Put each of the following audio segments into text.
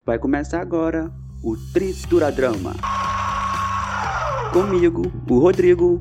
Vai começar agora o Trituradrama. Comigo, o Rodrigo.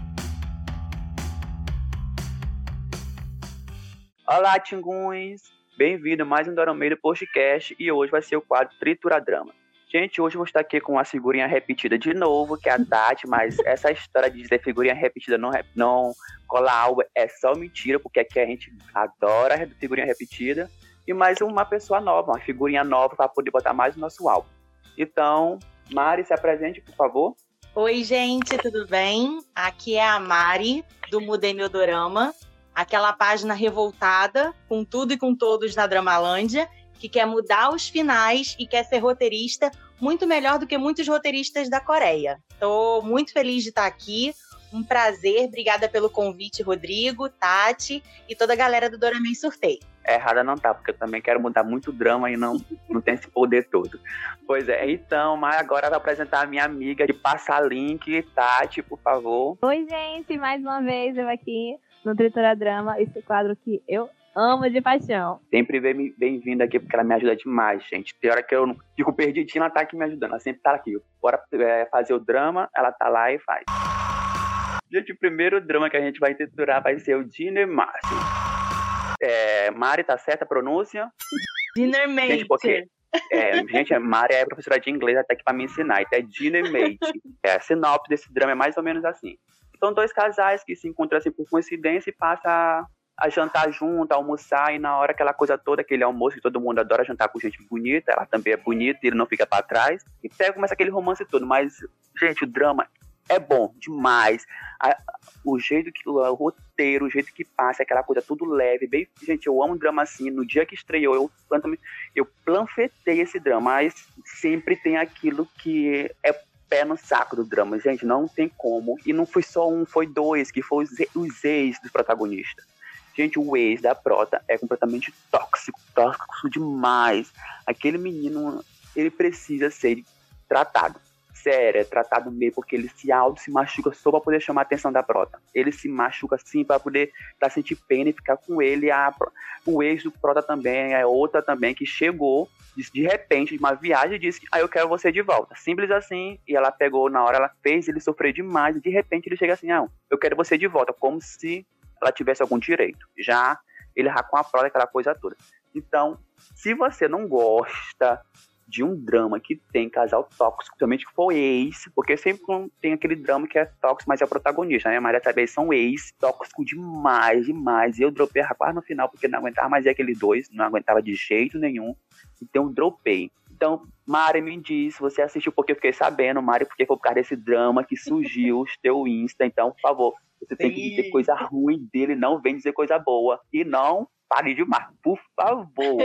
Olá, Tinguns! Bem-vindo a mais um Doromeiro Podcast e hoje vai ser o quadro Trituradrama. Gente, hoje eu vou estar aqui com uma figurinha repetida de novo, que é a Tati, mas essa história de dizer figurinha repetida não cola algo é só mentira, porque aqui a gente adora figurinha repetida. E mais uma pessoa nova, uma figurinha nova para poder botar mais no nosso álbum. Então, Mari, se apresente, por favor. Oi, gente, tudo bem? Aqui é a Mari, do Mudei Meu Dorama, aquela página revoltada com tudo e com todos na Dramalândia, que quer mudar os finais e quer ser roteirista muito melhor do que muitos roteiristas da Coreia. Estou muito feliz de estar aqui, um prazer, obrigada pelo convite, Rodrigo, Tati e toda a galera do Doramei Surtei. Errada não tá, porque eu também quero mudar muito drama e não tem esse poder todo. Pois é, então, mas agora eu vou apresentar a minha amiga de Passar Link, Tati, por favor. Oi, gente, mais uma vez eu aqui no Trituradrama, esse quadro que eu amo de paixão. Sempre bem-vinda aqui, porque ela me ajuda demais, gente. Tem hora que eu fico perdidinha, ela tá aqui me ajudando, ela sempre tá aqui. Bora fazer o drama, ela tá lá e faz. Gente, o primeiro drama que a gente vai triturar vai ser o Dinner Márcio. Mari, tá certa a pronúncia? Dinner Mate. Gente, porque... Mari é professora de inglês até que pra me ensinar. Então é Dinner Mate. A sinopse desse drama é mais ou menos assim. São dois casais que se encontram assim por coincidência e passam a jantar junto, a almoçar. E na hora aquela coisa toda, aquele almoço que todo mundo adora jantar com gente bonita. Ela também é bonita e ele não fica pra trás. E começa aquele romance todo. Mas, gente, o drama é bom demais. O jeito que o roteiro, o jeito que passa, aquela coisa tudo leve, bem. Gente, eu amo drama assim. No dia que estreou, eu planfetei esse drama, mas sempre tem aquilo que é pé no saco do drama. Gente, não tem como. E não foi só um, foi dois, que foi os ex dos protagonistas. Gente, o ex da prota é completamente tóxico demais. Aquele menino, ele precisa ser tratado. Sério, é tratado mesmo, porque ele se machuca só pra poder chamar a atenção da prota. Ele se machuca assim pra poder sentir pena e ficar com ele. O ex do prota também, é outra também, que chegou de repente de uma viagem e disse que eu quero você de volta. Simples assim, e ela pegou na hora, ela fez ele sofrer demais, e de repente ele chega assim, eu quero você de volta, como se ela tivesse algum direito. Já ele com a prota, aquela coisa toda. Então, se você não gosta de um drama que tem casal tóxico, principalmente que for ex, porque sempre tem aquele drama que é tóxico, mas é o protagonista, né? Mas dessa vez são ex, tóxico demais. E eu dropei quase no final, porque não aguentava mais aquele dois, não aguentava de jeito nenhum. Então eu dropei. Então, Mari, me diz, você assistiu porque eu fiquei sabendo, Mari, porque foi por causa desse drama que surgiu o teu Insta. Então, por favor, você tem que dizer coisa ruim dele, não vem dizer coisa boa. E não pare de mar, por favor.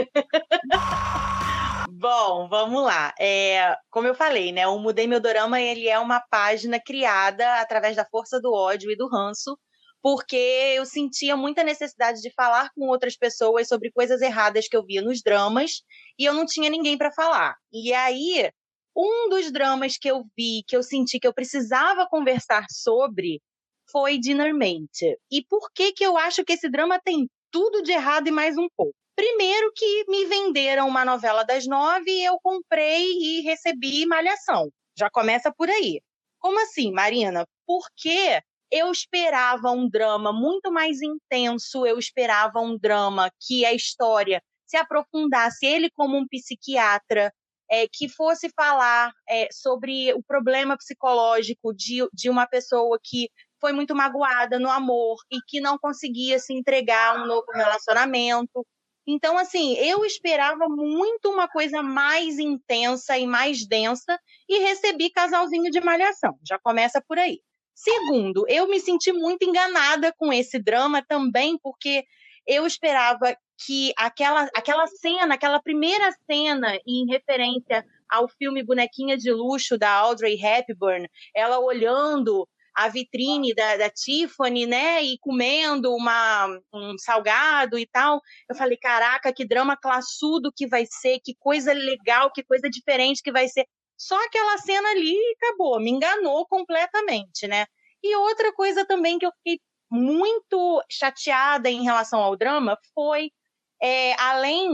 Bom, vamos lá. Como eu falei, né? O Mudei Meu Dorama, ele é uma página criada através da força do ódio e do ranço, porque eu sentia muita necessidade de falar com outras pessoas sobre coisas erradas que eu via nos dramas, e eu não tinha ninguém para falar. E aí, um dos dramas que eu vi, que eu senti que eu precisava conversar sobre, foi Dinner Mate. E por que eu acho que esse drama tem tudo de errado e mais um pouco? Primeiro que me venderam uma novela das 9 e eu comprei e recebi Malhação. Já começa por aí. Como assim, Marina? Porque eu esperava um drama muito mais intenso, eu esperava um drama que a história se aprofundasse, ele como um psiquiatra, que fosse falar sobre o problema psicológico de uma pessoa que foi muito magoada no amor e que não conseguia se entregar a um novo relacionamento. Então, assim, eu esperava muito uma coisa mais intensa e mais densa e recebi Casalzinho de Malhação. Já começa por aí. Segundo, eu me senti muito enganada com esse drama também, porque eu esperava que aquela cena, aquela primeira cena em referência ao filme Bonequinha de Luxo da Audrey Hepburn, ela olhando a vitrine da Tiffany, né, e comendo um salgado e tal. Eu falei, caraca, que drama classudo que vai ser, que coisa legal, que coisa diferente que vai ser. Só aquela cena ali acabou, me enganou completamente, né? E outra coisa também que eu fiquei muito chateada em relação ao drama foi, além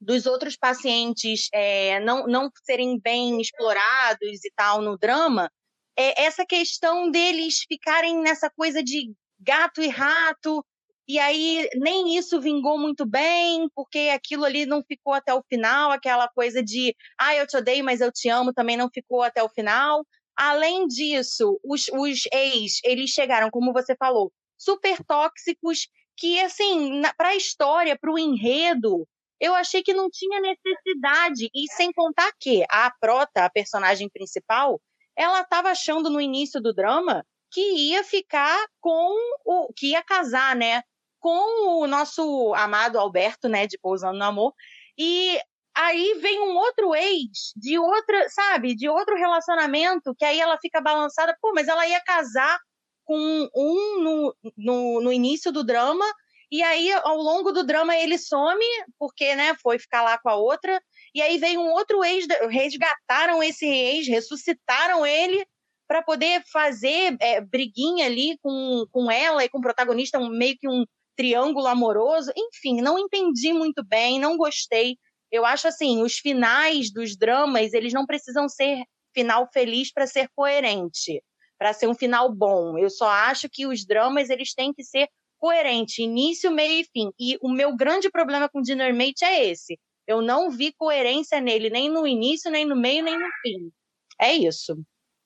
dos outros pacientes não serem bem explorados e tal no drama, essa questão deles ficarem nessa coisa de gato e rato, e aí nem isso vingou muito bem, porque aquilo ali não ficou até o final, aquela coisa de eu te odeio, mas eu te amo, também não ficou até o final. Além disso, os ex, eles chegaram, como você falou, super tóxicos, que, assim, para a história, para o enredo, eu achei que não tinha necessidade. E sem contar que a Prota, a personagem principal, ela estava achando no início do drama que ia ficar que ia casar, né? Com o nosso amado Alberto, né? De Pousando no Amor. E aí vem um outro ex de outra, sabe? De outro relacionamento, que aí ela fica balançada. Pô, mas ela ia casar com no início do drama, e aí ao longo do drama ele some, porque, né, foi ficar lá com a outra, e aí veio um outro ex, resgataram esse ex, ressuscitaram ele para poder fazer briguinha ali com ela e com o protagonista, meio que um triângulo amoroso. Enfim, não entendi muito bem, não gostei. Eu acho assim, os finais dos dramas, eles não precisam ser final feliz para ser coerente, para ser um final bom. Eu só acho que os dramas, eles têm que ser coerentes, início, meio e fim. E o meu grande problema com Dinner Mate é esse. Eu não vi coerência nele, nem no início, nem no meio, nem no fim. É isso.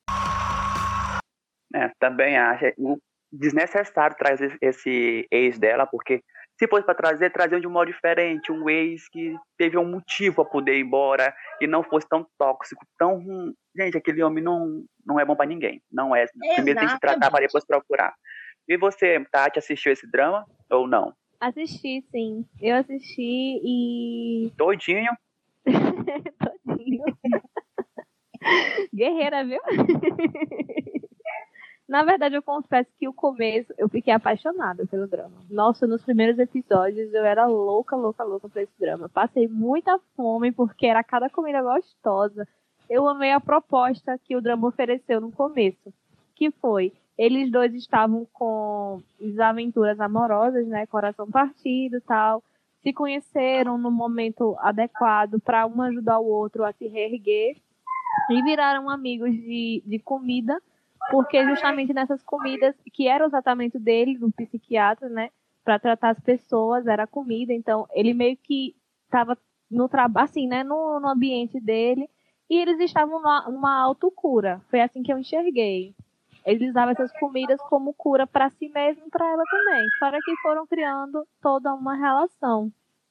Também acho desnecessário trazer esse ex dela, porque se fosse para trazer de um modo diferente, um ex que teve um motivo para poder ir embora e não fosse tão tóxico, tão ruim. Gente, aquele homem não é bom para ninguém. Não é. Primeiro tem que se tratar para depois procurar. E você, Tati, assistiu esse drama ou não? Assisti, sim. Eu assisti e... Todinho? Todinho. Guerreira, viu? Na verdade, eu confesso que o começo eu fiquei apaixonada pelo drama. Nossa, nos primeiros episódios eu era louca por esse drama. Passei muita fome porque era cada comida gostosa. Eu amei a proposta que o drama ofereceu no começo, que foi, eles dois estavam com desaventuras amorosas, né, coração partido e tal, se conheceram no momento adequado para um ajudar o outro a se reerguer e viraram amigos de comida, porque justamente nessas comidas, que era o tratamento dele, do psiquiatra, né, para tratar as pessoas, era comida, então ele meio que estava no trabalho, assim, né, no ambiente dele, e eles estavam numa autocura, foi assim que eu enxerguei. Eles usavam essas comidas como cura para si mesmo e para ela também, fora que foram criando toda uma relação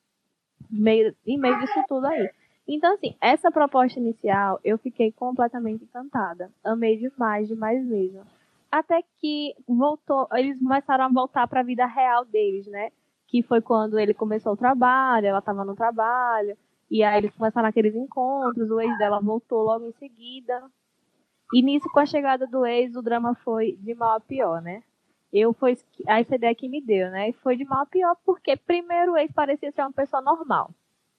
em meio disso tudo aí. Então, assim, essa proposta inicial, eu fiquei completamente encantada. Amei demais mesmo. Até que eles começaram a voltar para a vida real deles, né? Que foi quando ele começou o trabalho, ela estava no trabalho, e aí eles começaram aqueles encontros, o ex dela voltou logo em seguida. E nisso, com a chegada do ex, o drama foi de mal a pior, né? Essa ideia que me deu, né? E foi de mal a pior porque, primeiro, o ex parecia ser uma pessoa normal.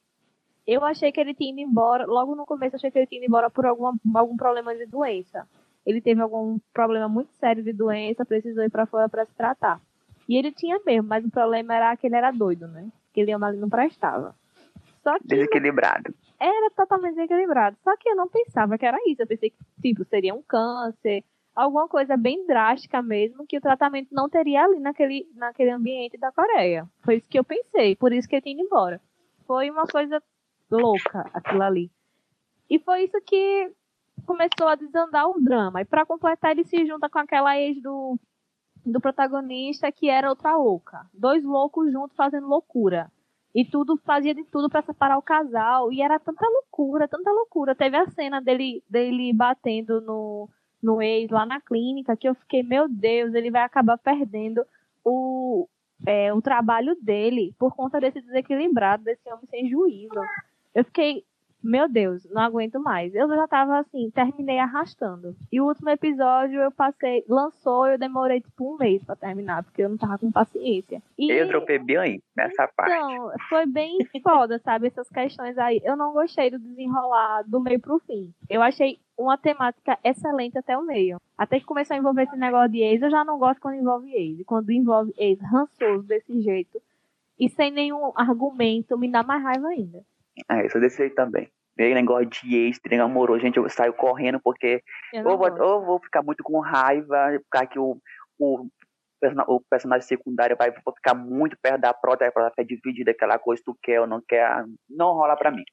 Eu achei que ele tinha ido embora, logo no começo achei que ele tinha ido embora por algum problema de doença. Ele teve algum problema muito sério de doença, precisou ir para fora para se tratar. E ele tinha mesmo, mas o problema era que ele era doido, né? Que ele ali não prestava. Só que desequilibrado. Era totalmente desequilibrado. Só que eu não pensava que era isso. Eu pensei que, tipo, seria um câncer, alguma coisa bem drástica mesmo, que o tratamento não teria ali naquele ambiente da Coreia. Foi isso que eu pensei, por isso que ele tinha ido embora. Foi uma coisa louca aquilo ali. E foi isso que começou a desandar o drama. E para completar, ele se junta com aquela ex do protagonista, que era outra louca. Dois loucos juntos fazendo loucura. E fazia de tudo para separar o casal. E era tanta loucura, tanta loucura. Teve a cena dele batendo no ex lá na clínica, que eu fiquei, meu Deus, ele vai acabar perdendo o trabalho dele por conta desse desequilibrado, desse homem sem juízo. Eu fiquei, meu Deus, não aguento mais. Eu já tava assim, terminei arrastando. E o último episódio lançou, eu demorei tipo um mês pra terminar, porque eu não tava com paciência. Eu dropei bem nessa parte. Então, foi bem foda, sabe, essas questões aí. Eu não gostei do desenrolar do meio pro fim. Eu achei uma temática excelente até o meio. Até que começou a envolver esse negócio de ex, eu já não gosto quando envolve ex. E quando envolve ex rançoso desse jeito, e sem nenhum argumento, me dá mais raiva ainda. Eu sou desse jeito também. Meio negócio de ex, triângulo amoroso, gente, eu saio correndo porque Eu não gosto. ou vou ficar muito com raiva, ficar que o, o personagem secundário vai ficar muito perto da prota, aí a prota fica dividida, aquela coisa, tu quer ou não quer, não rola pra mim.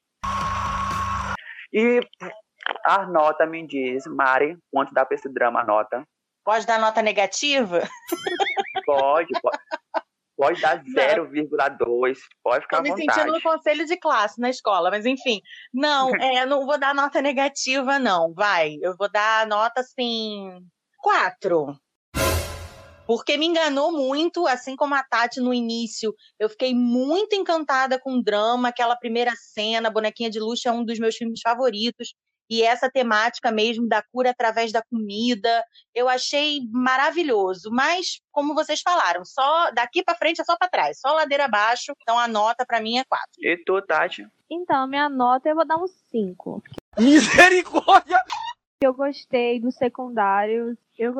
E a nota me diz, Mari, quanto dá pra esse drama a nota? Pode dar nota negativa? Pode dar 0,2, pode ficar à vontade. Tô me sentindo no conselho de classe na escola, mas enfim. Não, não vou dar nota negativa, não. Vai, eu vou dar nota, assim, 4. Porque me enganou muito, assim como a Tati no início. Eu fiquei muito encantada com o drama, aquela primeira cena, Bonequinha de Luxo é um dos meus filmes favoritos. E essa temática mesmo da cura através da comida, eu achei maravilhoso. Mas, como vocês falaram, só daqui para frente é só para trás, só ladeira abaixo. Então a nota para mim é 4. E tu, Tati? Então, a minha nota eu vou dar um 5. Misericórdia! Eu gostei dos secundários.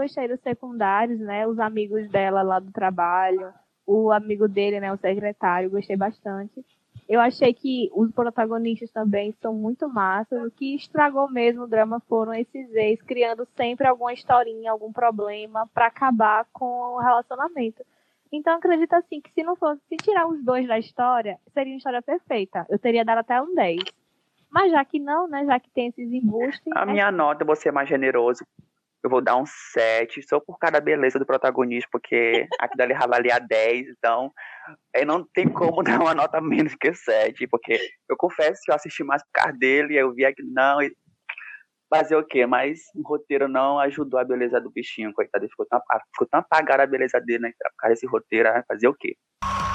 Né? Os amigos dela lá do trabalho. O amigo dele, né? O secretário. Gostei bastante. Eu achei que os protagonistas também são muito massas. O que estragou mesmo o drama foram esses ex criando sempre alguma historinha, algum problema para acabar com o relacionamento. Então, acredito assim que se tirar os dois da história, seria uma história perfeita. Eu teria dado até um 10. Mas já que não, né? Já que tem esses embustes... A minha nota, eu vou ser mais generoso. Eu vou dar um 7, só por causa da beleza do protagonista, porque aqui dali valia 10, então não tem como dar uma nota menos que 7, porque eu confesso que eu assisti mais por causa dele, e eu vi que não, fazer o quê? Mas o roteiro não ajudou a beleza do bichinho, coitado, ele ficou tão apagada a beleza dele, né, por causa desse roteiro, fazer o quê?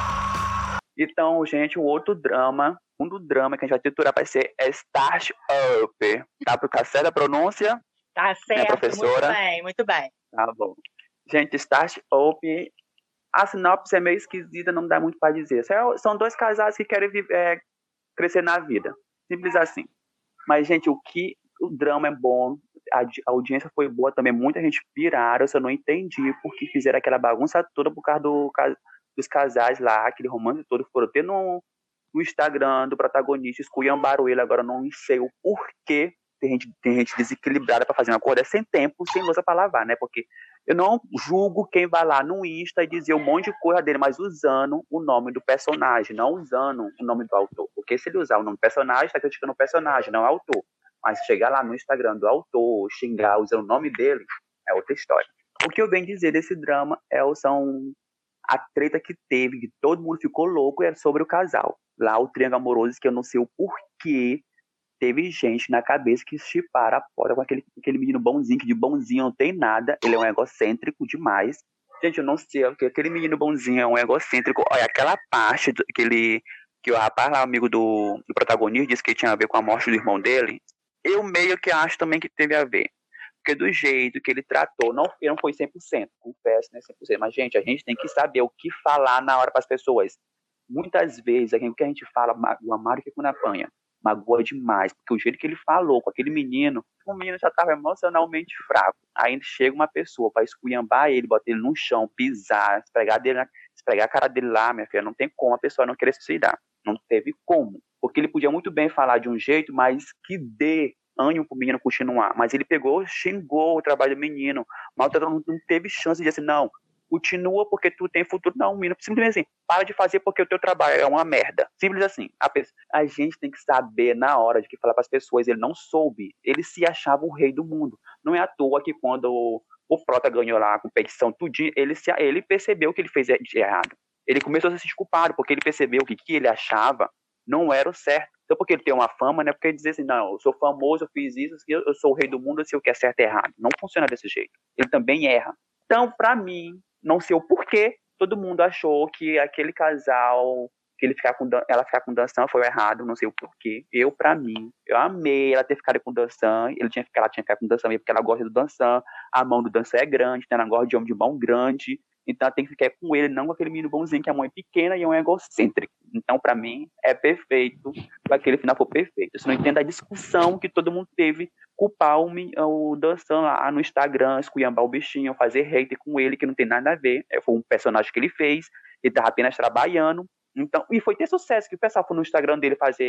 Então, gente, um outro drama que a gente vai triturar vai ser Start Up. Tá certa a pronúncia? Tá certo, professora? Muito bem. Tá bom. Gente, Start Up, a sinopse é meio esquisita, não dá muito para dizer. São dois casais que querem crescer na vida. Simples assim. Mas, gente, o drama é bom, a audiência foi boa também, muita gente piraram, eu só não entendi porque fizeram aquela bagunça toda por causa dos casais lá, aquele romance todo, foram ter no Instagram do protagonista, esculhambaram ele, agora não sei o porquê. Tem gente desequilibrada para fazer uma coisa sem tempo, sem louça para lavar, né? Porque eu não julgo quem vai lá no Insta e dizer um monte de coisa dele, mas usando o nome do personagem, não usando o nome do autor. Porque se ele usar o nome do personagem, está criticando o personagem, não o autor. Mas chegar lá no Instagram do autor, xingar usando o nome dele, é outra história. O que eu venho dizer desse drama são a treta que teve, que todo mundo ficou louco, é sobre o casal. Lá o triângulo amoroso, que eu não sei o porquê, teve gente na cabeça que chipara a porta com aquele menino bonzinho, que de bonzinho não tem nada, ele é um egocêntrico demais. Gente, eu não sei, porque aquele menino bonzinho é um egocêntrico. Olha, aquela parte que o rapaz lá, amigo do protagonista, disse que tinha a ver com a morte do irmão dele, eu meio que acho também que teve a ver. Porque do jeito que ele tratou, não foi 100%, confesso, né, 100%. Mas, gente, a gente tem que saber o que falar na hora para as pessoas. Muitas vezes, o que a gente fala, magoa mais do que quando apanha. Magoa demais, porque o jeito que ele falou com aquele menino, o menino já estava emocionalmente fraco. Aí chega uma pessoa para esculhambar ele, botar ele no chão, pisar, esfregar a cara dele lá, minha filha, não tem como a pessoa não querer se suicidar. Não teve como. Porque ele podia muito bem falar de um jeito, mas que dê ânimo pro menino continuar. Mas ele pegou, xingou o trabalho do menino, maltratou, não teve chance de dizer assim, não, continua porque tu tem futuro. Não, menino, simplesmente assim, para de fazer porque o teu trabalho é uma merda. Simples assim. A gente tem que saber na hora de que falar para as pessoas, ele não soube, ele se achava o rei do mundo. Não é à toa que quando o Prota ganhou lá a competição tudinho, ele percebeu que ele fez de errado. Ele começou a se sentir culpado, porque ele percebeu que o que ele achava não era o certo. Então, porque ele tem uma fama, né? Porque ele diz assim, não, eu sou famoso, eu fiz isso, eu sou o rei do mundo, eu sei o que é certo e errado. Não funciona desse jeito. Ele também erra. Então, para mim, não sei o porquê, todo mundo achou que aquele casal, que ela ficar com o Dansan foi errado, não sei o porquê. Pra mim, eu amei ela ter ficado com o Dansan, ela tinha ficado com o Dansan porque ela gosta do Dansan, a mão do Dansan é grande, né? Ela gosta de homem de mão grande, então ela tem que ficar com ele, não com aquele menino bonzinho que a mão é pequena e é um egocêntrico. Então, pra mim, é perfeito, aquele final foi perfeito. Eu só não entendo a discussão que todo mundo teve, culpar o Dansan lá no Instagram, esculhambar o bichinho, fazer hate com ele, que não tem nada a ver. Foi um personagem que ele fez, ele tava apenas trabalhando. Então, e foi ter sucesso, que o pessoal foi no Instagram dele fazer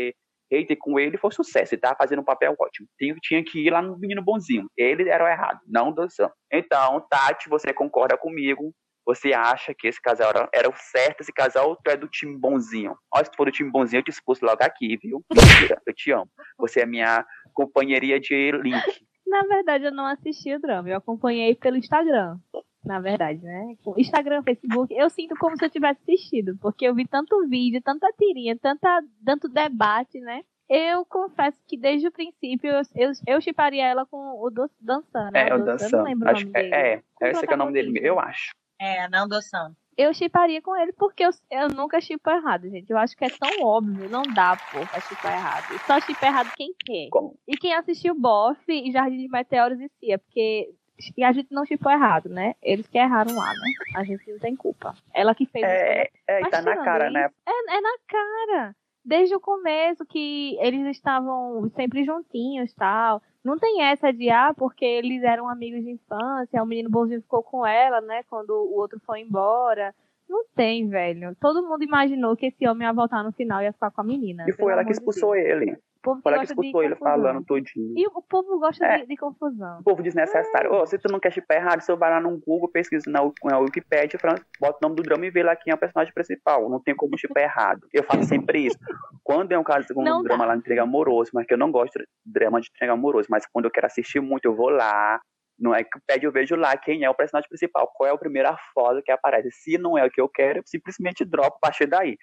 hater com ele, foi sucesso. Ele tava fazendo um papel ótimo. Tinha que ir lá no menino bonzinho. Ele era o errado, não o Dan. Então, Tati, você concorda comigo? Você acha que esse casal era o certo, esse casal, ou tu é do time bonzinho? Ó, se tu for do time bonzinho, eu te expulso logo aqui, viu? Mentira, eu te amo. Você é minha companheiria de link. Na verdade, eu não assisti o drama. Eu acompanhei pelo Instagram. Na verdade, né? Instagram, Facebook, eu sinto como se eu tivesse assistido. Porque eu vi tanto vídeo, tanta tirinha, tanto debate, né? Eu confesso que desde o princípio eu shipparia ela com o dançando. É, o dançando. Não lembro o nome dele. Esse que é o nome dele, eu acho. É, Nando-san. Eu shipparia com ele porque eu nunca shippo errado, gente. Eu acho que é tão óbvio, não dá, pra shippar errado. Só shippa errado quem quer. Como? E quem assistiu Boff e Jardim de Meteoros e Cia, porque e a gente não shippou errado, né? Eles que erraram lá, né? A gente não tem culpa. Ela que fez isso. Tá na cara, isso, né? É na cara. Desde o começo que eles estavam sempre juntinhos e tal. Não tem essa de, porque eles eram amigos de infância, o menino bonzinho ficou com ela, né, quando o outro foi embora. Não tem, velho. Todo mundo imaginou que esse homem ia voltar no final e ia ficar com a menina. E foi ela que expulsou ele. Foi ela que expulsou ele falando tudinho. E o povo gosta de confusão. O povo desnecessário. Se tu não quer chipar errado, você vai lá no Google, pesquisa na Wikipedia, bota o nome do drama e vê lá quem é o personagem principal. Não tem como chipar errado. Eu faço sempre isso. Quando é um caso com um drama lá de triângulo amoroso, mas que eu não gosto de drama de triângulo amoroso, mas quando eu quero assistir muito, eu vou lá. No Wikipedia eu vejo lá quem é o personagem principal, qual é a primeira foto que aparece. Se não é o que eu quero, eu simplesmente dropo a partir daí.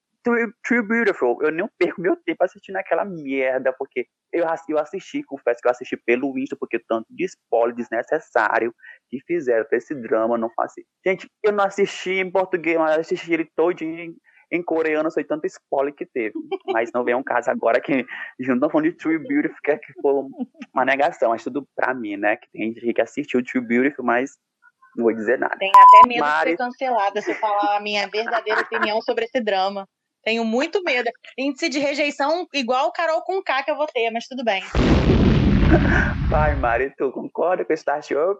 Too Beautiful, eu não perco meu tempo assistindo aquela merda, porque eu assisti, confesso que eu assisti pelo Insta, porque tanto de spoiler desnecessário que fizeram pra esse drama, não faço. Gente, eu não assisti em português, mas assisti ele todo em coreano, sei tanto spoiler que teve. Mas não vem um caso agora que não estão falando de True Beautiful, que foi uma negação, mas tudo pra mim, né? Que tem gente que assistiu True Beautiful, mas não vou dizer nada. Tenho até medo de ser cancelada se eu falar a minha verdadeira opinião sobre esse drama. Tenho muito medo. Índice de rejeição igual o Carol com K que eu vou ter, mas tudo bem. Vai, Mari, tu concorda com esse Startup?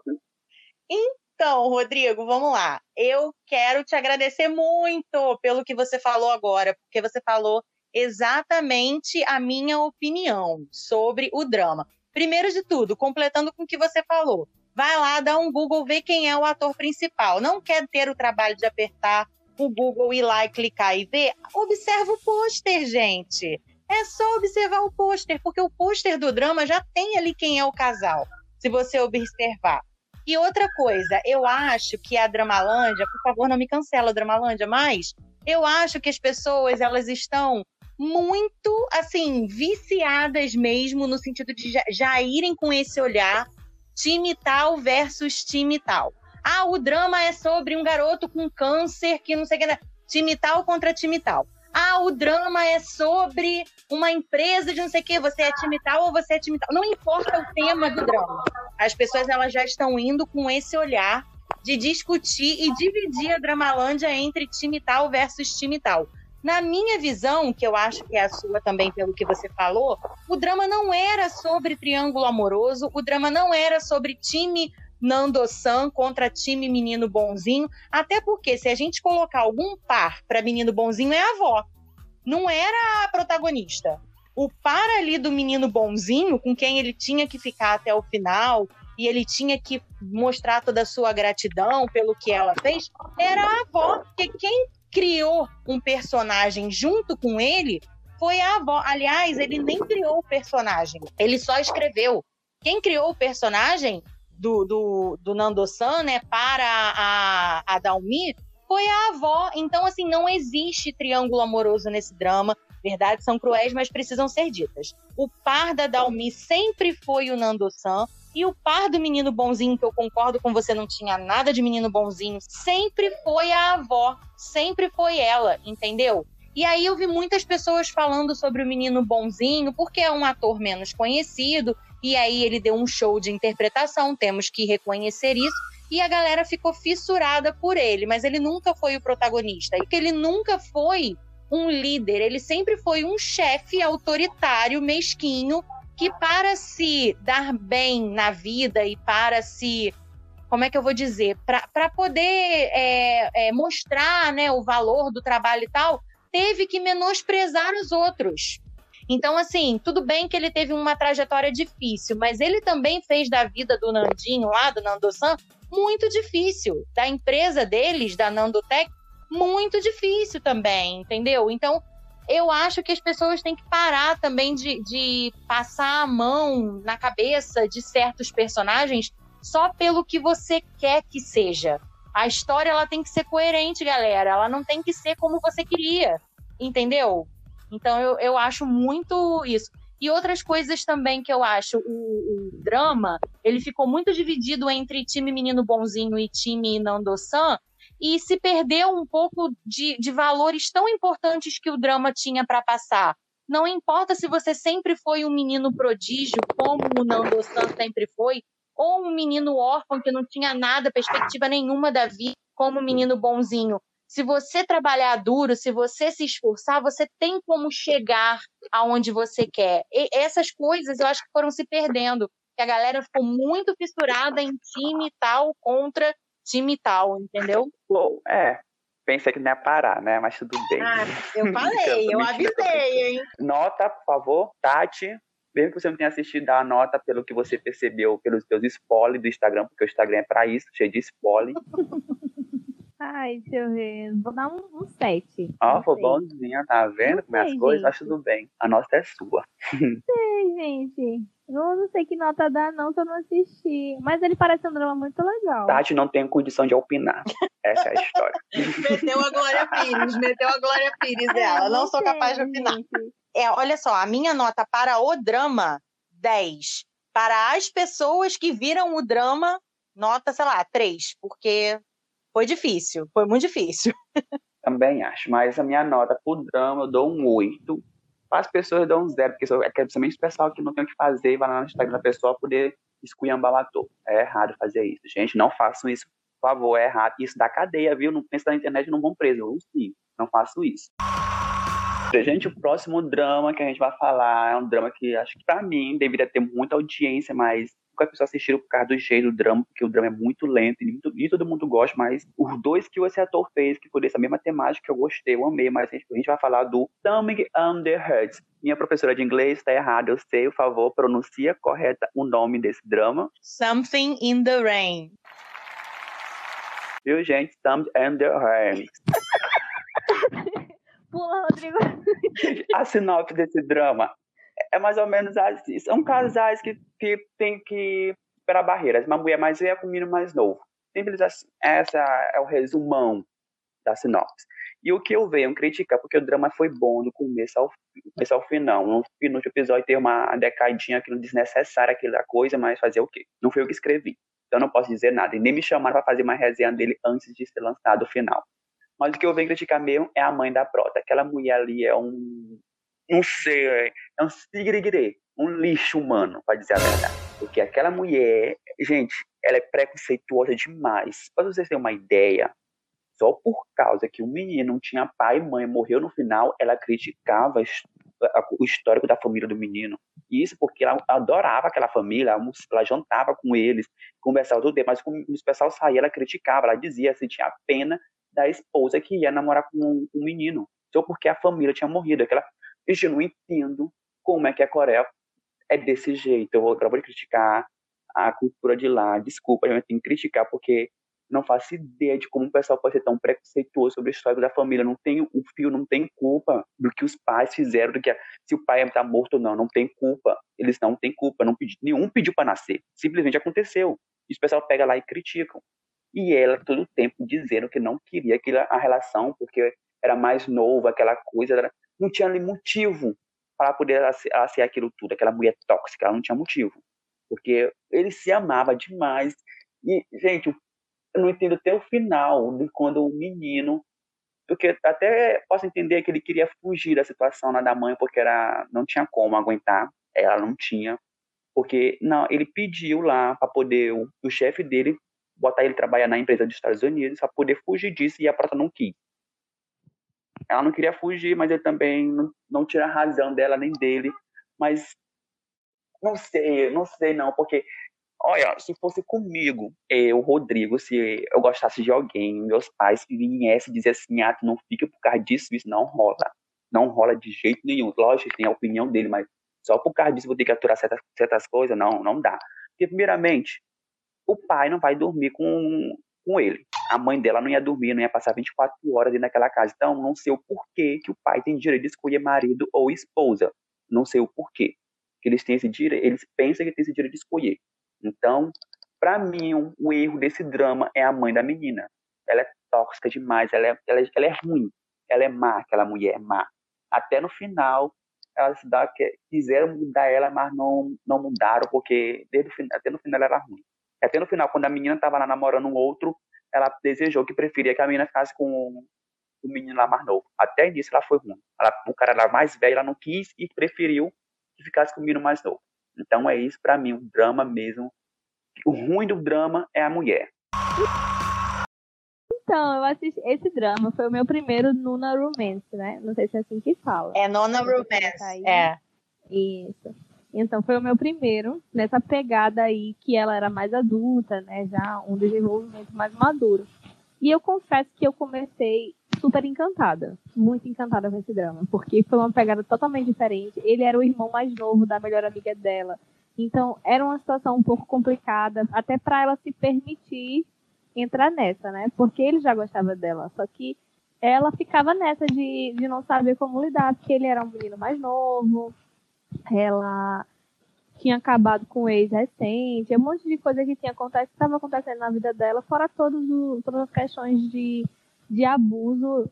Então, Rodrigo, vamos lá. Eu quero te agradecer muito pelo que você falou agora, porque você falou exatamente a minha opinião sobre o drama. Primeiro de tudo, completando com o que você falou, vai lá, dá um Google, vê quem é o ator principal. Não quer ter o trabalho de apertar o Google, ir lá e clicar e ver? Observa o pôster, gente. É só observar o pôster, porque o pôster do drama já tem ali quem é o casal, se você observar. E outra coisa, eu acho que a Dramalândia, por favor, não me cancela, Dramalândia, mas eu acho que as pessoas, elas estão muito, assim, viciadas mesmo, no sentido de já irem com esse olhar, time tal versus time tal. O drama é sobre um garoto com câncer que não sei o que, time tal contra time tal. O drama é sobre uma empresa de não sei o que, você é time tal ou você é time tal. Não importa o tema do drama. As pessoas, elas já estão indo com esse olhar de discutir e dividir a Dramalândia entre time tal versus time tal. Na minha visão, que eu acho que é a sua também, pelo que você falou, o drama não era sobre triângulo amoroso, o drama não era sobre time Nando-san contra time menino bonzinho, até porque se a gente colocar algum par para menino bonzinho é a avó, não era a protagonista. O par ali do menino bonzinho, com quem ele tinha que ficar até o final e ele tinha que mostrar toda a sua gratidão pelo que ela fez, era a avó, porque quem criou um personagem junto com ele foi a avó. Aliás, ele nem criou o personagem, ele só escreveu. Quem criou o personagem do Nando-san, né, para a Dalmi, foi a avó. Então, assim, não existe triângulo amoroso nesse drama. Verdades são cruéis, mas precisam ser ditas. O par da Dalmi sempre foi o Nando-san, e o par do menino bonzinho, que eu concordo com você, não tinha nada de menino bonzinho, sempre foi a avó, sempre foi ela, entendeu? E aí eu vi muitas pessoas falando sobre o menino bonzinho, porque é um ator menos conhecido, e aí ele deu um show de interpretação, temos que reconhecer isso, e a galera ficou fissurada por ele, mas ele nunca foi o protagonista, porque ele nunca foi um líder, ele sempre foi um chefe autoritário, mesquinho, que para se dar bem na vida e para se, como é que eu vou dizer, para poder mostrar, né, o valor do trabalho e tal, teve que menosprezar os outros. Então, assim, tudo bem que ele teve uma trajetória difícil, mas ele também fez da vida do Nandinho lá, do Nando-san, muito difícil. Da empresa deles, da Nandotech, muito difícil também, entendeu? Então, eu acho que as pessoas têm que parar também de passar a mão na cabeça de certos personagens só pelo que você quer que seja. A história, ela tem que ser coerente, galera. Ela não tem que ser como você queria, entendeu? Então, eu acho muito isso. E outras coisas também que eu acho, o drama, ele ficou muito dividido entre time menino bonzinho e time Nando-san, e se perdeu um pouco de valores tão importantes que o drama tinha para passar. Não importa se você sempre foi um menino prodígio, como o Nando-san sempre foi, ou um menino órfão que não tinha nada, perspectiva nenhuma da vida, como um menino bonzinho. Se você trabalhar duro, se você se esforçar, você tem como chegar aonde você quer. E essas coisas eu acho que foram se perdendo. Que a galera ficou muito fissurada em time tal contra time tal, entendeu? Bom, pensei que não ia parar, né? Mas tudo bem. Eu falei, eu avisei, hein? Nota, por favor, Tati. Mesmo que você não tenha assistido, dá a nota pelo que você percebeu, pelos teus spoilers do Instagram, porque o Instagram é pra isso, cheio de spoiler. Ai, deixa eu ver. Vou dar um 7. Ó, foi bonzinha, tá vendo? Com minhas coisas, acho tudo bem. A nota é sua. Sei, gente. Não sei que nota dá, não, se eu não assisti. Mas ele parece um drama muito legal. Tati não tem condição de opinar. Essa é a história. Meteu a Glória Pires ela. Não sou capaz de opinar. Olha só, a minha nota para o drama, 10. Para as pessoas que viram o drama, nota, sei lá, 3. Porque foi difícil, foi muito difícil. Também acho, mas a minha nota pro drama eu dou um 8. Para as pessoas eu dou um 0, porque é principalmente o pessoal que não tem o que fazer, vai lá no Instagram da pessoa poder esculhambar o ator. É errado fazer isso. Gente, não façam isso, por favor, é errado. Isso dá cadeia, viu? Não pensa na internet e não vão preso. Eu sim, não faço isso. Gente, o próximo drama que a gente vai falar é um drama que acho que pra mim deveria ter muita audiência, mas poucas pessoas assistiram por causa do jeito do drama, porque o drama é muito lento e todo mundo gosta, mas os dois que esse ator fez, que foi dessa mesma temática, que eu gostei, eu amei, mas a gente vai falar do Thumbing Under Hearts. Minha professora de inglês está errada, eu sei, por favor, pronuncia correta o nome desse drama. Something in the Rain. Viu, gente? Thumbing Under Hearts. Pula, Rodrigo. A sinopse desse drama é mais ou menos assim. São casais que tem que superar barreiras. Uma mulher mais velha com um menino mais novo. Simples assim. Essa é o resumão da sinopse. E o que eu venho criticar, porque o drama foi bom do começo ao final. No último episódio tem uma decaidinha aquilo desnecessária, aquela coisa, mas fazer o quê? Não foi eu que escrevi. Então não posso dizer nada. E nem me chamaram para fazer uma resenha dele antes de ser lançado o final. Mas o que eu venho criticar mesmo é a mãe da Prota. Aquela mulher ali é não sei, é um sigiriguirê, um lixo humano, para dizer a verdade. Porque aquela mulher, gente, ela é preconceituosa demais. Para vocês terem uma ideia, só por causa que o menino não tinha pai e mãe, morreu no final, ela criticava o histórico da família do menino. Isso porque ela adorava aquela família, ela jantava com eles, conversava todo dia, mas quando o pessoal saía, ela criticava, ela dizia, sentia pena da esposa que ia namorar com um menino, só porque a família tinha morrido. Gente, eu não entendo como é que a Coreia é desse jeito. Eu acabo de criticar a cultura de lá, desculpa, a gente tem que criticar, porque não faço ideia de como o pessoal pode ser tão preconceituoso sobre a história da família. Não tem, o filho não tem culpa do que os pais fizeram, do que se o pai está morto ou não, não tem culpa. Eles não têm culpa, nenhum pediu para nascer, simplesmente aconteceu. E o pessoal pega lá e criticam. E ela todo o tempo dizendo que não queria a relação, porque era mais novo, aquela coisa, não tinha motivo para poder ela ser aquilo tudo, aquela mulher tóxica, ela não tinha motivo. Porque ele se amava demais. E, gente, eu não entendo até o final de quando o menino, porque até posso entender que ele queria fugir da situação lá da mãe, porque não tinha como aguentar, ela não tinha, porque não, ele pediu lá para poder o chefe dele botar ele trabalhar na empresa dos Estados Unidos para poder fugir disso, e a Prota não quis. Ela não queria fugir, mas ele também não tira a razão dela nem dele, mas não sei não, porque olha, se fosse comigo, Rodrigo, se eu gostasse de alguém, meus pais viessem dizer assim, tu não fica por causa disso, isso não rola. Não rola de jeito nenhum. Lógico, tem a opinião dele, mas só por causa disso vou ter que aturar certas coisas? Não dá. Porque, primeiramente, o pai não vai dormir com ele. A mãe dela não ia dormir, não ia passar 24 horas dentro daquela casa. Então, não sei o porquê que o pai tem direito de escolher marido ou esposa. Não sei o porquê. Que eles têm esse direito, eles pensam que tem esse direito de escolher. Então, para mim, o erro desse drama é a mãe da menina. Ela é tóxica demais, ela é ruim. Ela é má, aquela mulher é má. Até no final, elas quiseram mudar ela, mas não mudaram, porque até no final ela era ruim. Até no final, quando a menina estava lá namorando um outro, ela desejou que preferia que a menina ficasse com o menino lá mais novo. Até nisso ela foi ruim. O cara era mais velho, ela não quis e preferiu que ficasse com o menino mais novo. Então é isso pra mim, um drama mesmo. O ruim do drama é a mulher. Então, eu assisti esse drama, foi o meu primeiro Nona Romance, né? Não sei se é assim que fala. É Nona Romance, é. Isso. Então, foi o meu primeiro nessa pegada aí que ela era mais adulta, né? Já um desenvolvimento mais maduro. E eu confesso que eu comecei super encantada, muito encantada com esse drama, porque foi uma pegada totalmente diferente. Ele era o irmão mais novo da melhor amiga dela. Então, era uma situação um pouco complicada, até para ela se permitir entrar nessa, né? Porque ele já gostava dela, só que ela ficava nessa de não saber como lidar, porque ele era um menino mais novo, ela tinha acabado com o ex recente, um monte de coisa que estava acontecendo na vida dela, fora todas as questões de abuso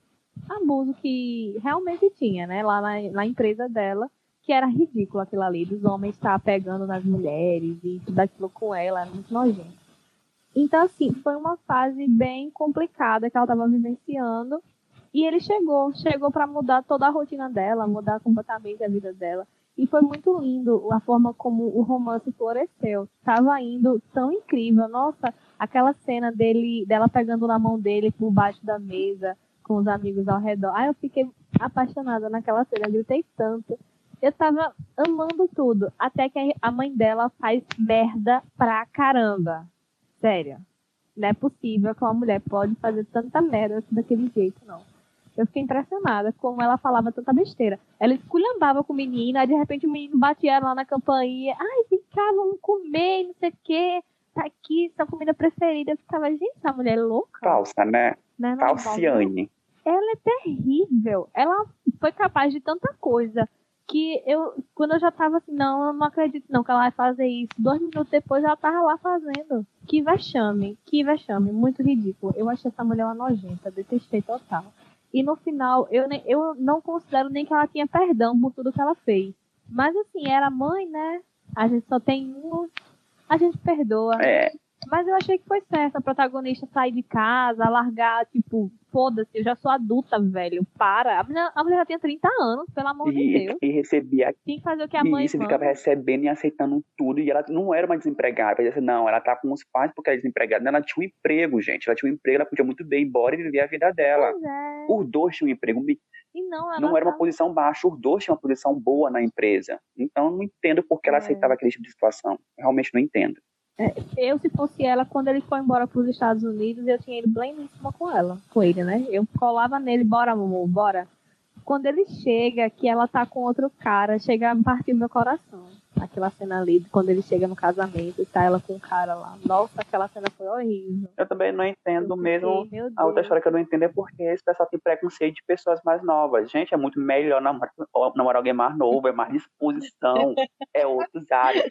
que realmente tinha, né? Lá na empresa dela, que era ridículo aquilo ali, dos homens estar pegando nas mulheres e tudo aquilo com ela, era muito nojento. Então, assim, foi uma fase bem complicada que ela estava vivenciando. E ele chegou para mudar toda a rotina dela, mudar completamente a vida dela. E foi muito lindo a forma como o romance floresceu. Estava indo tão incrível. Nossa, aquela cena dela pegando na mão dele por baixo da mesa, com os amigos ao redor. Eu fiquei apaixonada naquela cena, eu gritei tanto. Eu tava amando tudo. Até que a mãe dela faz merda pra caramba. Sério. Não é possível que uma mulher pode fazer tanta merda daquele jeito, não. Eu fiquei impressionada como ela falava tanta besteira. Ela esculhambava com o menino, aí de repente o menino batia ela lá na campainha. Ai, vem cá, vamos comer, não sei o quê. Tá aqui, sua comida preferida. Eu ficava, gente, essa mulher é louca. Falsa, né? Não é Falciane. Ela é terrível. Ela foi capaz de tanta coisa que quando eu já tava assim, não, eu não acredito não que ela vai fazer isso. 2 minutos depois ela tava lá fazendo. Que vexame, muito ridículo. Eu achei essa mulher uma nojenta, detestei total. E no final, eu não considero nem que ela tinha perdão por tudo que ela fez. Mas assim, era mãe, né? A gente só tem um, a gente perdoa. É. Mas eu achei que foi certo a protagonista sair de casa, largar, tipo, foda-se, eu já sou adulta, velho, para. A mulher já tinha 30 anos, pelo amor de Deus. E recebia Tem que fazer o que a mãe isso, e ficava recebendo e aceitando tudo. E ela não era uma desempregada. Ela disse, não, ela tá com os pais porque ela é desempregada. Ela tinha um emprego, gente. Ela tinha um emprego, ela podia muito bem ir embora e viver a vida dela. Pois é. Os dois tinham um emprego. E não era uma posição baixa, os dois tinham uma posição boa na empresa. Então, não entendo por que ela aceitava aquele tipo de situação. Eu realmente não entendo. Eu, se fosse ela, quando ele foi embora para os Estados Unidos, eu tinha ido pleníssima com ele, né? Eu colava nele, bora, amor, bora. Quando ele chega, que ela tá com outro cara, chega a partir o meu coração. Aquela cena ali, quando ele chega no casamento e tá ela com o cara lá. Nossa, aquela cena foi horrível. Eu também não entendo mesmo. A outra história que eu não entendo é porque esse pessoal tem preconceito de pessoas mais novas. Gente, é muito melhor namorar alguém mais novo, é mais disposição, é outros áreas.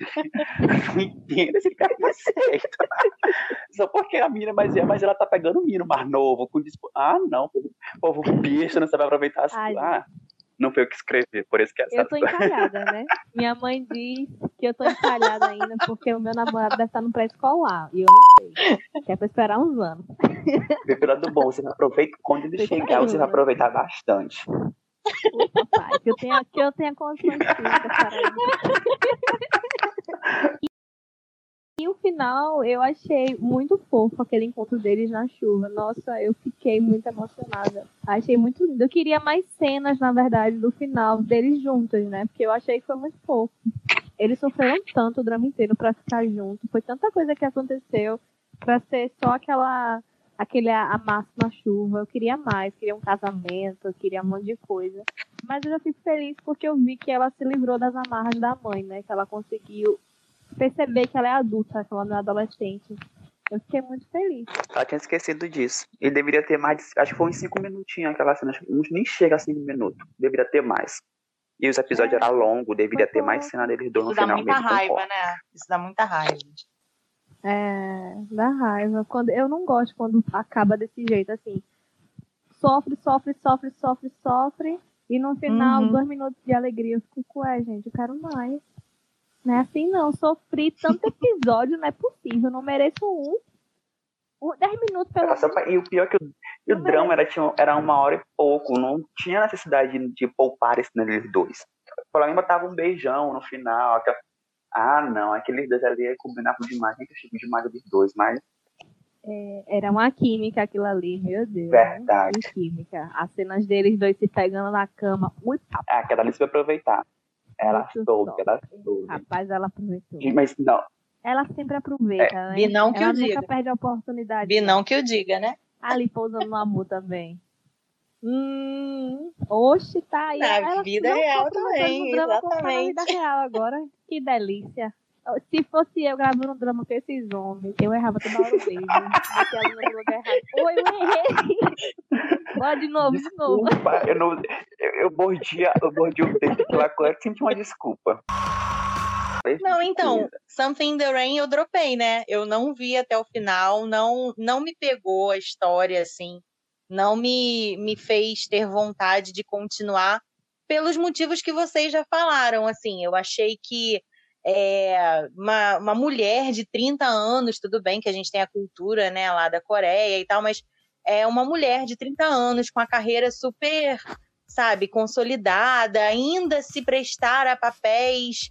Eu não entendo esse preconceito. Só porque a menina é mais velha, mas ela tá pegando um menino mais novo. Não, povo bicho, não sabe aproveitar as coisas. Não foi eu que escrevi, por isso que essa... Eu tô encalhada, né? Minha mãe diz que eu tô encalhada ainda porque o meu namorado deve estar no pré-escolar. E eu não sei. Que é pra esperar uns anos. Pelo lado bom, você aproveita quando ele chegar, você vai aproveitar bastante. Puta, pai, que eu tenha condições físicas para isso. E o final, eu achei muito fofo aquele encontro deles na chuva. Nossa, eu fiquei muito emocionada. Achei muito lindo. Eu queria mais cenas, na verdade, do final deles juntos, né? Porque eu achei que foi muito fofo. Eles sofreram tanto o drama inteiro pra ficar juntos. Foi tanta coisa que aconteceu pra ser só aquele amasso na chuva. Eu queria mais, queria um casamento, eu queria um monte de coisa. Mas eu já fico feliz porque eu vi que ela se livrou das amarras da mãe, né? Que ela conseguiu perceber que ela é adulta, que ela não é adolescente. Eu fiquei muito feliz. Ela tinha esquecido disso. E deveria ter mais, acho que foi uns 5 minutinhos aquela cena, nem chega a 5 minutos. Deveria ter mais. E os episódios eram longos, deveria ter mais cena deles dois no Isso dá final muita mesmo. raiva, Concordo. né? Isso dá muita raiva. Dá raiva. Eu não gosto quando acaba desse jeito, assim. Sofre. E no final, 2 minutos de alegria. Eu fico, gente, eu quero mais. Não é assim, não. Sofri tanto episódio, não é possível. Eu não mereço 10 minutos pelo menos. E o pior é que o drama era 1 hora e pouco. Não tinha necessidade de poupar esse neles dois. Pelo menos botava um beijão no final. Não, aqueles dois ali combinavam demais. Nem que eu chego demais dos dois, mas... Era uma química aquilo ali, meu Deus. Verdade. Que química. As cenas deles dois se pegando na cama. Ui, papai. Aquela ali se vai aproveitar. Ela soube. Rapaz, ela aproveitou. Mas não. Ela sempre aproveita, né? Binão que ela eu diga. nunca perde a oportunidade. Binão que eu diga, né? Ali pousando no amor também. Oxe, tá aí. Na vida real também, exatamente. Na vida real agora. Que delícia. Se fosse eu gravando um drama com esses homens, eu errava toda hora o beijo. Oi, eu errei. Bora de novo. Desculpa, eu mordia o dedo pela cor, sempre uma desculpa. Não, então, Something in the Rain eu dropei, né? Eu não vi até o final, não me pegou a história, assim, não me fez ter vontade de continuar pelos motivos que vocês já falaram, assim, eu achei que uma mulher de 30 anos, tudo bem que a gente tem a cultura, né, lá da Coreia e tal, mas é uma mulher de 30 anos com a carreira super, sabe, consolidada, ainda se prestar a papéis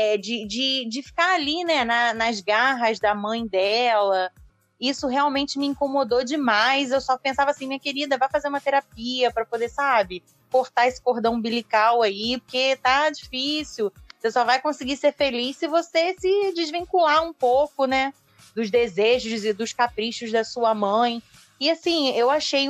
de ficar ali, né, nas garras da mãe dela. Isso realmente me incomodou demais. Eu só pensava assim, minha querida, vai fazer uma terapia para poder, sabe, cortar esse cordão umbilical aí, porque tá difícil. Você só vai conseguir ser feliz se você se desvincular um pouco, né, dos desejos e dos caprichos da sua mãe. E assim, eu achei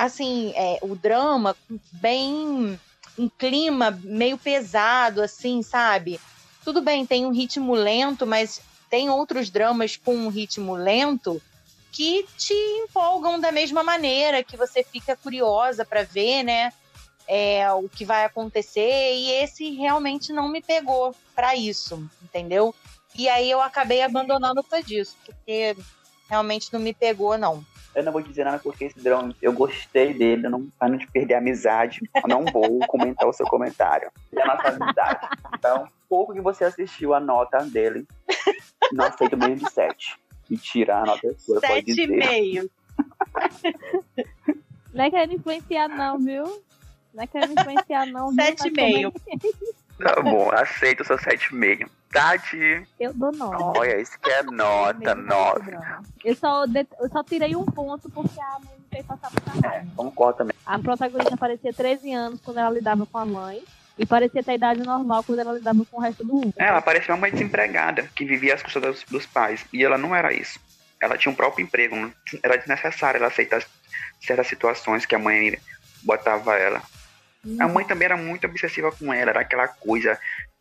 o drama bem um clima meio pesado, assim, sabe? Tudo bem, tem um ritmo lento, mas tem outros dramas com um ritmo lento que te empolgam da mesma maneira, que você fica curiosa para ver, né? O que vai acontecer, e esse realmente não me pegou para isso, entendeu? E aí eu acabei abandonando por disso, porque realmente não me pegou, não. Eu não vou dizer nada porque esse drama, eu gostei dele, para não te perder a amizade, eu não vou comentar o seu comentário. É a nossa amizade. Então, pouco que você assistiu a nota dele, não aceito menos de 7. E tirar a nota sua, pode dizer. 7,5. Não é querendo influenciar não, viu? Não é querendo influenciar não, viu? 7,5. Tá bom, aceito o seu 7,5. Tati. Eu dou 9. Olha, isso que é nota, 9. Eu só tirei um ponto porque a mãe me fez passar muita raiva. Concordo também. A protagonista parecia 13 anos quando ela lidava com a mãe. E parecia ter idade normal quando ela lidava com o resto do mundo. Ela parecia uma mãe desempregada, que vivia às custas dos pais. E ela não era isso. Ela tinha um próprio emprego. Era desnecessário ela aceitar certas situações que a mãe botava ela. A mãe também era muito obsessiva com ela. Era aquela coisa,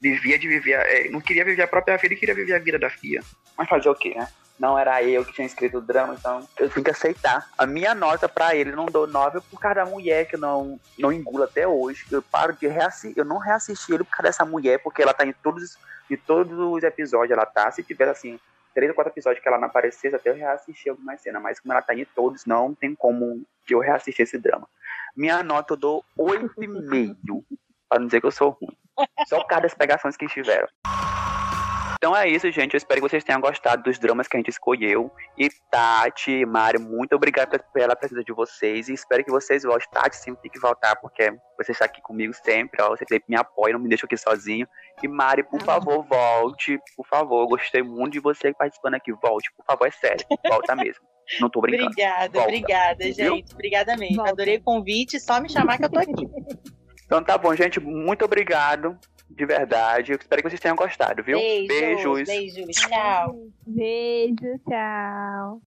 não queria viver a própria vida, queria viver a vida da filha. Mas fazer o quê, né? Não era eu que tinha escrito o drama, então eu tenho que aceitar. A minha nota pra ele, não dou 9 por causa da mulher que eu não engulo até hoje. Eu paro de reassistir, eu não reassisti ele por causa dessa mulher, porque ela tá em todos os episódios, ela tá. Se tiver assim, 3 ou 4 episódios que ela não aparecesse, até eu reassisti algumas cenas, mas como ela tá em todos, não tem como que eu reassistir esse drama. Minha nota eu dou 8,5, pra não dizer que eu sou ruim. Só por causa das pegações que tiveram. Então é isso, gente. Eu espero que vocês tenham gostado dos dramas que a gente escolheu. E Tati e Mari, muito obrigado pela presença de vocês. E espero que vocês voltem. Tati sempre tem que voltar, porque você está aqui comigo sempre. Ó, você sempre me apoia, não me deixa aqui sozinho. E Mari, por favor, volte. Por favor, eu gostei muito de você participando aqui. Volte, por favor, é sério. Volta mesmo. Não tô brincando. Obrigada, gente. Viu? Obrigada mesmo. Volta. Adorei o convite. Só me chamar que eu tô aqui. Então tá bom, gente. Muito obrigado. De verdade. Eu espero que vocês tenham gostado, viu? Beijos. Tchau. Beijo, tchau.